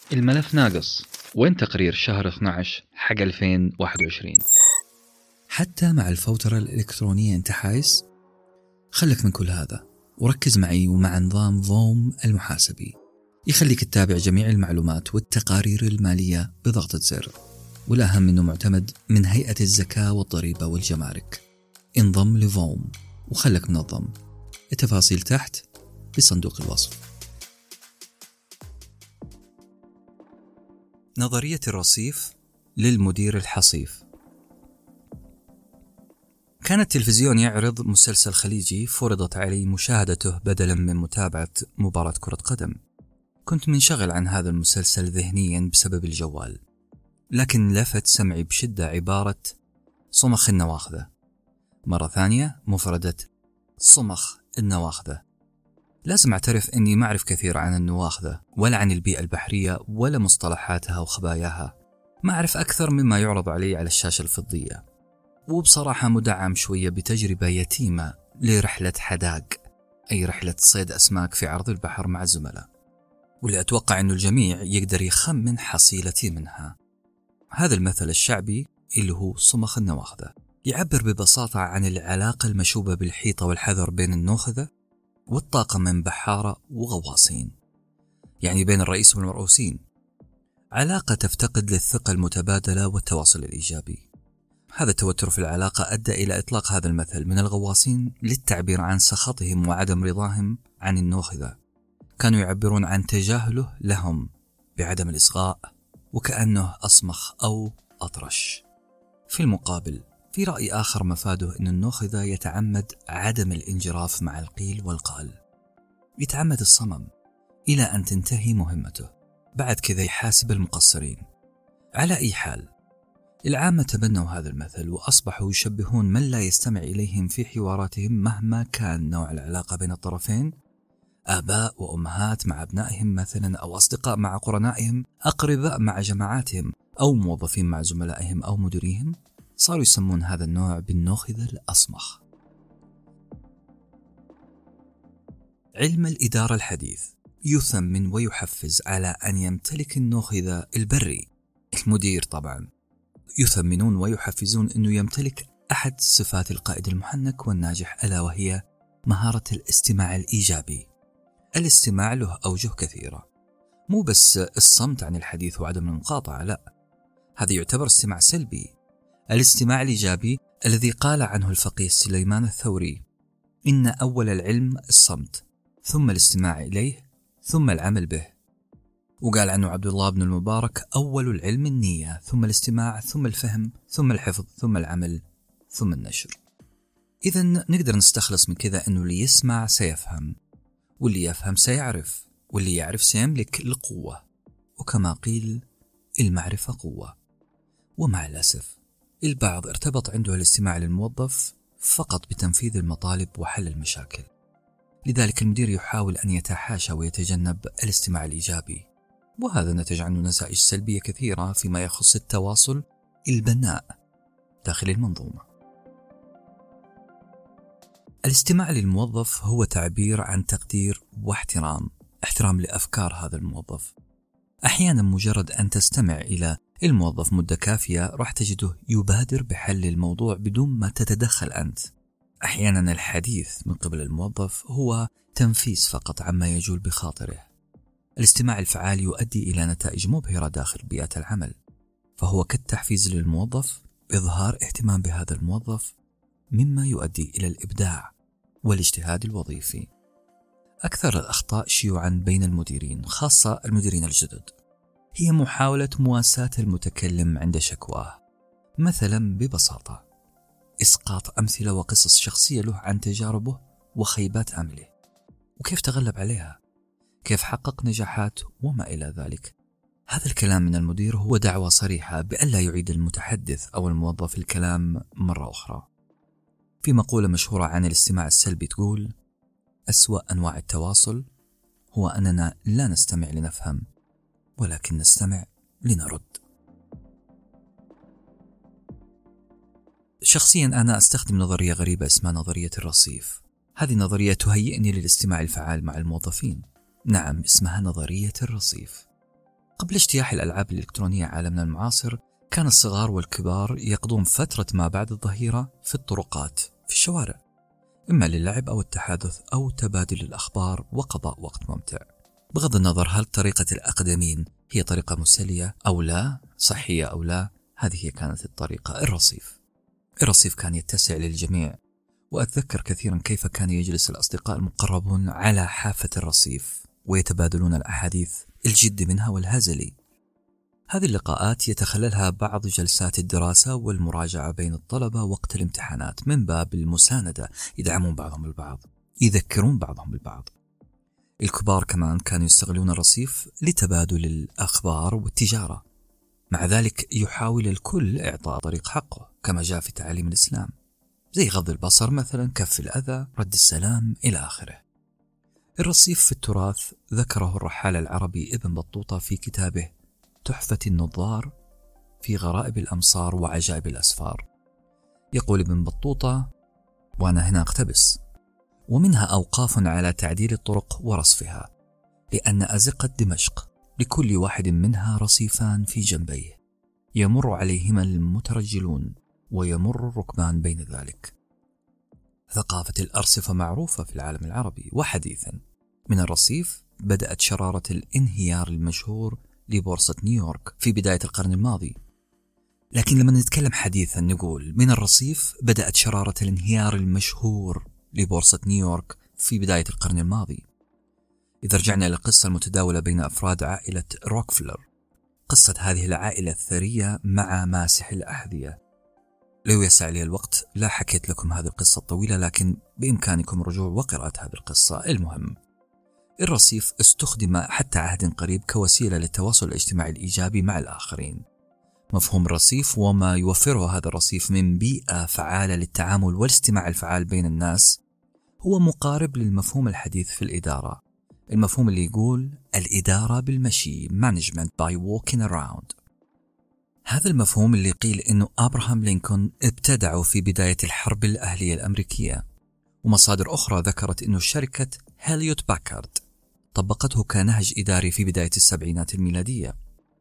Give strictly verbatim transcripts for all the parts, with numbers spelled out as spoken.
الملف ناقص. وين تقرير شهر اثنا عشر حق ألفين وواحد وعشرين؟ حتى مع الفوترة الإلكترونية أنت حايس؟ خلك من كل هذا وركز معي ومع نظام فوم المحاسبي، يخليك تتابع جميع المعلومات والتقارير المالية بضغطة زر، والأهم أنه معتمد من هيئة الزكاة والضريبة والجمارك. انضم لفوم وخلك منظم. التفاصيل تحت بصندوق الوصف. نظرية الرصيف للمدير الحصيف. كان التلفزيون يعرض مسلسل خليجي فرضت علي مشاهدته بدلا من متابعة مباراة كرة قدم. كنت منشغل عن هذا المسلسل ذهنيا بسبب الجوال، لكن لفت سمعي بشدة عبارة صمخ النواخذة. مرة ثانية مفردة صمخ النواخذة. لازم أعترف أني ما أعرف كثير عن النواخذة ولا عن البيئة البحرية ولا مصطلحاتها وخباياها. ما أعرف أكثر مما يعرض علي على الشاشة الفضية، وبصراحة مدعم شوية بتجربة يتيمة لرحلة حداق، أي رحلة صيد أسماك في عرض البحر مع الزملاء، واللي أتوقع أنه الجميع يقدر يخمن حصيلتي منها. هذا المثل الشعبي اللي هو صمخ النواخذة يعبر ببساطة عن العلاقة المشوبة بالحيطة والحذر بين النوخذة والطاقم من بحارة وغواصين، يعني بين الرئيس والمرؤوسين. علاقة تفتقد للثقة المتبادلة والتواصل الإيجابي. هذا التوتر في العلاقة أدى إلى إطلاق هذا المثل من الغواصين للتعبير عن سخطهم وعدم رضاهم عن النوخذة. كانوا يعبرون عن تجاهله لهم بعدم الإصغاء وكأنه أصمخ أو أطرش. في المقابل، في رأي آخر مفاده أن النوخذة يتعمد عدم الانجراف مع القيل والقال، يتعمد الصمم إلى أن تنتهي مهمته، بعد كذا يحاسب المقصرين. على أي حال، العامة تبنوا هذا المثل وأصبحوا يشبهون من لا يستمع إليهم في حواراتهم مهما كان نوع العلاقة بين الطرفين، آباء وأمهات مع أبنائهم مثلا، أو أصدقاء مع قرنائهم، أقرباء مع جماعاتهم، أو موظفين مع زملائهم أو مديريهم. صاروا يسمون هذا النوع بالنوخذة الأصمخ. علم الإدارة الحديث يثمن ويحفز على أن يمتلك النوخذة البري. المدير طبعا يثمنون ويحفزون أنه يمتلك أحد صفات القائد المحنك والناجح، ألا وهي مهارة الاستماع الإيجابي. الاستماع له أوجه كثيرة، مو بس الصمت عن الحديث وعدم المقاطعة، لا، هذا يعتبر استماع سلبي. الاستماع الإيجابي الذي قال عنه الفقيه سليمان الثوري: إن أول العلم الصمت، ثم الاستماع إليه، ثم العمل به. وقال عنه عبد الله بن المبارك: أول العلم النية، ثم الاستماع، ثم الفهم، ثم الحفظ، ثم العمل، ثم النشر. إذن نقدر نستخلص من كذا أنه اللي يسمع سيفهم، واللي يفهم سيعرف، واللي يعرف سيملك القوة. وكما قيل: المعرفة قوة. ومع الأسف البعض ارتبط عنده الاستماع للموظف فقط بتنفيذ المطالب وحل المشاكل. لذلك المدير يحاول أن يتحاشى ويتجنب الاستماع الإيجابي، وهذا نتج عنه نتائج سلبية كثيرة فيما يخص التواصل البناء داخل المنظومة. الاستماع للموظف هو تعبير عن تقدير واحترام، احترام لأفكار هذا الموظف. أحيانا مجرد أن تستمع إلى الموظف مدة كافية راح تجده يبادر بحل الموضوع بدون ما تتدخل أنت. أحيانا الحديث من قبل الموظف هو تنفيس فقط عما يجول بخاطره. الاستماع الفعال يؤدي إلى نتائج مبهرة داخل بيئة العمل، فهو كالتحفيز للموظف بإظهار اهتمام بهذا الموظف، مما يؤدي إلى الإبداع والاجتهاد الوظيفي. أكثر الأخطاء شيوعا بين المديرين، خاصة المديرين الجدد، هي محاولة مواساة المتكلم عند شكواه. مثلا ببساطة إسقاط أمثلة وقصص شخصية له عن تجاربه وخيبات أمله، وكيف تغلب عليها، كيف حقق نجاحات وما إلى ذلك. هذا الكلام من المدير هو دعوة صريحة بألا يعيد المتحدث أو الموظف الكلام مرة أخرى. في مقولة مشهورة عن الاستماع السلبي تقول: أسوأ أنواع التواصل هو أننا لا نستمع لنفهم، ولكن نستمع لنرد. شخصيا أنا أستخدم نظرية غريبة اسمها نظرية الرصيف. هذه النظرية تهيئني للاستماع الفعال مع الموظفين. نعم، اسمها نظرية الرصيف. قبل اجتياح الألعاب الإلكترونية عالمنا المعاصر، كان الصغار والكبار يقضون فترة ما بعد الظهيرة في الطرقات في الشوارع، إما للعب أو التحادث أو تبادل الأخبار وقضاء وقت ممتع. بغض النظر هل طريقة الأقدمين هي طريقة مسلية أو لا، صحية أو لا، هذه هي كانت الطريقة. الرصيف الرصيف كان يتسع للجميع، وأتذكر كثيرا كيف كان يجلس الأصدقاء المقربون على حافة الرصيف ويتبادلون الأحاديث الجد منها والهزلي. هذه اللقاءات يتخللها بعض جلسات الدراسة والمراجعة بين الطلبة وقت الامتحانات من باب المساندة، يدعمون بعضهم البعض، يذكرون بعضهم البعض. الكبار كمان كانوا يستغلون الرصيف لتبادل الأخبار والتجارة، مع ذلك يحاول الكل إعطاء طريق حقه كما جاء في تعاليم الإسلام، زي غض البصر مثلا، كف الأذى، رد السلام إلى آخره. الرصيف في التراث ذكره الرحال العربي ابن بطوطة في كتابه تحفة النظار في غرائب الأمصار وعجائب الأسفار. يقول ابن بطوطة، وأنا هنا أقتبس: ومنها أوقاف على تعديل الطرق ورصفها، لأن أزقة دمشق لكل واحد منها رصيفان في جنبيه يمر عليهما المترجلون ويمر الركبان بين ذلك. ثقافة الأرصفة معروفة في العالم العربي، وحديثا من الرصيف بدأت شرارة الانهيار المشهور لبورصة نيويورك في بداية القرن الماضي. لكن لما نتكلم حديثا نقول من الرصيف بدأت شرارة الانهيار المشهور لبورصة نيويورك في بداية القرن الماضي. إذا رجعنا إلى القصة المتداولة بين أفراد عائلة روكفلر، قصة هذه العائلة الثرية مع ماسح الأحذية، لو يسع لي الوقت لا حكيت لكم هذه القصة الطويلة، لكن بإمكانكم الرجوع وقراءة هذه القصة. المهم، الرصيف استخدم حتى عهد قريب كوسيلة للتواصل الاجتماعي الإيجابي مع الآخرين. مفهوم الرصيف وما يوفره هذا الرصيف من بيئة فعالة للتعامل والاستماع الفعال بين الناس هو مقارب للمفهوم الحديث في الإدارة، المفهوم اللي يقول الإدارة بالمشي، management by walking around. هذا المفهوم اللي قيل إنه أبراهام لينكولن ابتدعه في بداية الحرب الأهلية الأمريكية، ومصادر أخرى ذكرت إنه شركة هيليوت باكارد طبقته كنهج إداري في بداية السبعينات الميلادية.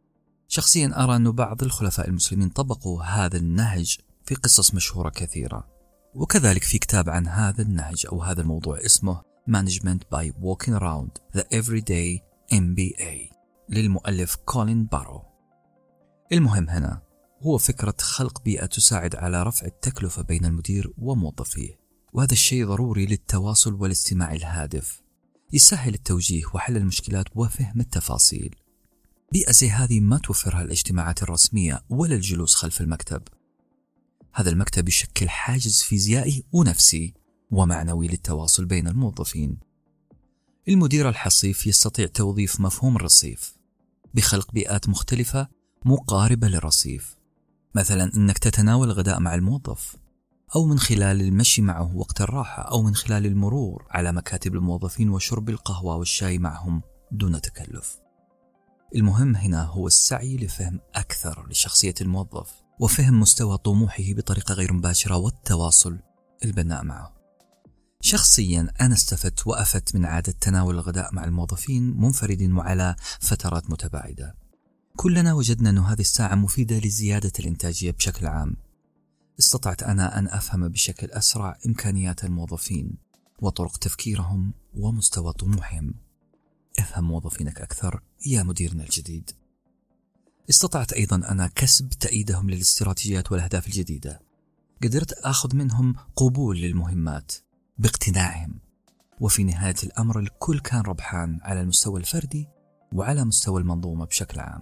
شخصيا أرى أن بعض الخلفاء المسلمين طبقوا هذا النهج في قصص مشهورة كثيرة، وكذلك في كتاب عن هذا النهج أو هذا الموضوع اسمه Management by Walking Around The Everyday إم بي إيه للمؤلف كولين بارو. المهم هنا هو فكرة خلق بيئة تساعد على رفع التكلفة بين المدير وموظفيه، وهذا الشيء ضروري للتواصل والاستماع الهادف، يسهل التوجيه وحل المشكلات وفهم التفاصيل. بيئة زي هذه ما توفرها الاجتماعات الرسمية ولا الجلوس خلف المكتب. هذا المكتب يشكل حاجز فيزيائي ونفسي ومعنوي للتواصل بين الموظفين. المدير الحصيف يستطيع توظيف مفهوم الرصيف بخلق بيئات مختلفة مقاربة للرصيف، مثلا أنك تتناول غداء مع الموظف، أو من خلال المشي معه وقت الراحة، أو من خلال المرور على مكاتب الموظفين وشرب القهوة والشاي معهم دون تكلف. المهم هنا هو السعي لفهم أكثر لشخصية الموظف وفهم مستوى طموحه بطريقة غير مباشرة والتواصل البناء معه. شخصيا أنا استفدت وأفدت من عادة تناول الغداء مع الموظفين منفرد وعلى فترات متباعدة. كلنا وجدنا أن هذه الساعة مفيدة لزيادة الإنتاجية بشكل عام. استطعت أنا أن أفهم بشكل أسرع إمكانيات الموظفين وطرق تفكيرهم ومستوى طموحهم. افهم موظفينك أكثر يا مديرنا الجديد. استطعت أيضا أنا كسب تأييدهم للاستراتيجيات والأهداف الجديدة. قدرت أخذ منهم قبول للمهمات باقتناعهم، وفي نهاية الأمر الكل كان ربحان على المستوى الفردي وعلى مستوى المنظومة بشكل عام.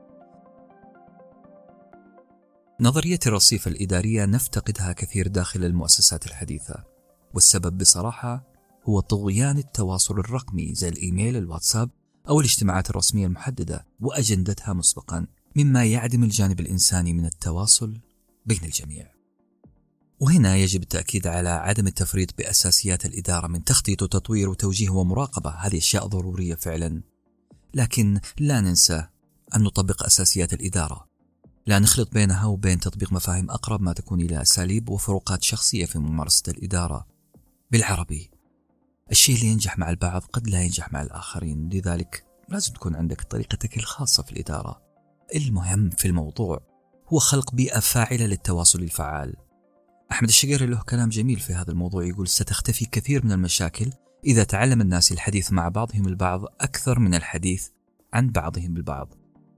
نظرية الرصيف الإدارية نفتقدها كثير داخل المؤسسات الحديثة، والسبب بصراحة هو طغيان التواصل الرقمي زي الإيميل، الواتساب أو الاجتماعات الرسمية المحددة وأجندتها مسبقا، مما يعدم الجانب الإنساني من التواصل بين الجميع. وهنا يجب التأكيد على عدم التفريط بأساسيات الإدارة من تخطيط وتطوير وتوجيه ومراقبة، هذه أشياء ضرورية فعلا، لكن لا ننسى أن نطبق أساسيات الإدارة، لا نخلط بينها وبين تطبيق مفاهيم أقرب ما تكون إلى أساليب وفروقات شخصية في ممارسة الإدارة. بالعربي، الشيء اللي ينجح مع البعض قد لا ينجح مع الآخرين، لذلك لازم تكون عندك طريقتك الخاصة في الإدارة. المهم في الموضوع هو خلق بيئة فاعلة للتواصل الفعال. أحمد الشقيري له كلام جميل في هذا الموضوع، يقول: ستختفي كثير من المشاكل إذا تعلم الناس الحديث مع بعضهم البعض أكثر من الحديث عن بعضهم البعض.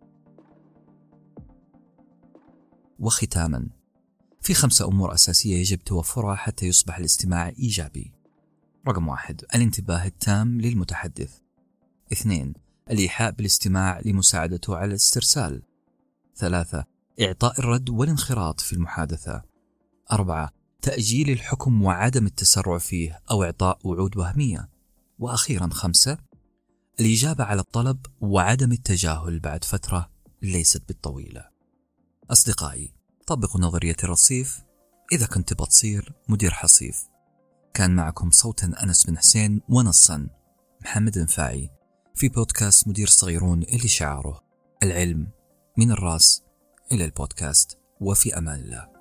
وختاما، في خمسة أمور أساسية يجب توفرها حتى يصبح الاستماع إيجابي. رقم واحد: الانتباه التام للمتحدث. اثنين: الإيحاء بالاستماع لمساعدته على الاسترسال. ثلاثة: إعطاء الرد والانخراط في المحادثة. أربعة: تأجيل الحكم وعدم التسرع فيه أو إعطاء وعود وهمية. وأخيرا خمسة: الإجابة على الطلب وعدم التجاهل بعد فترة ليست بالطويلة. أصدقائي، طبقوا نظرية الرصيف إذا كنت بتصير مدير حصيف. كان معكم صوتا أنس بن حسين، ونصا محمد نفاعي، في بودكاست مدير صغيرون اللي شعاره العلم من الراس إلى البودكاست. وفي أمان الله.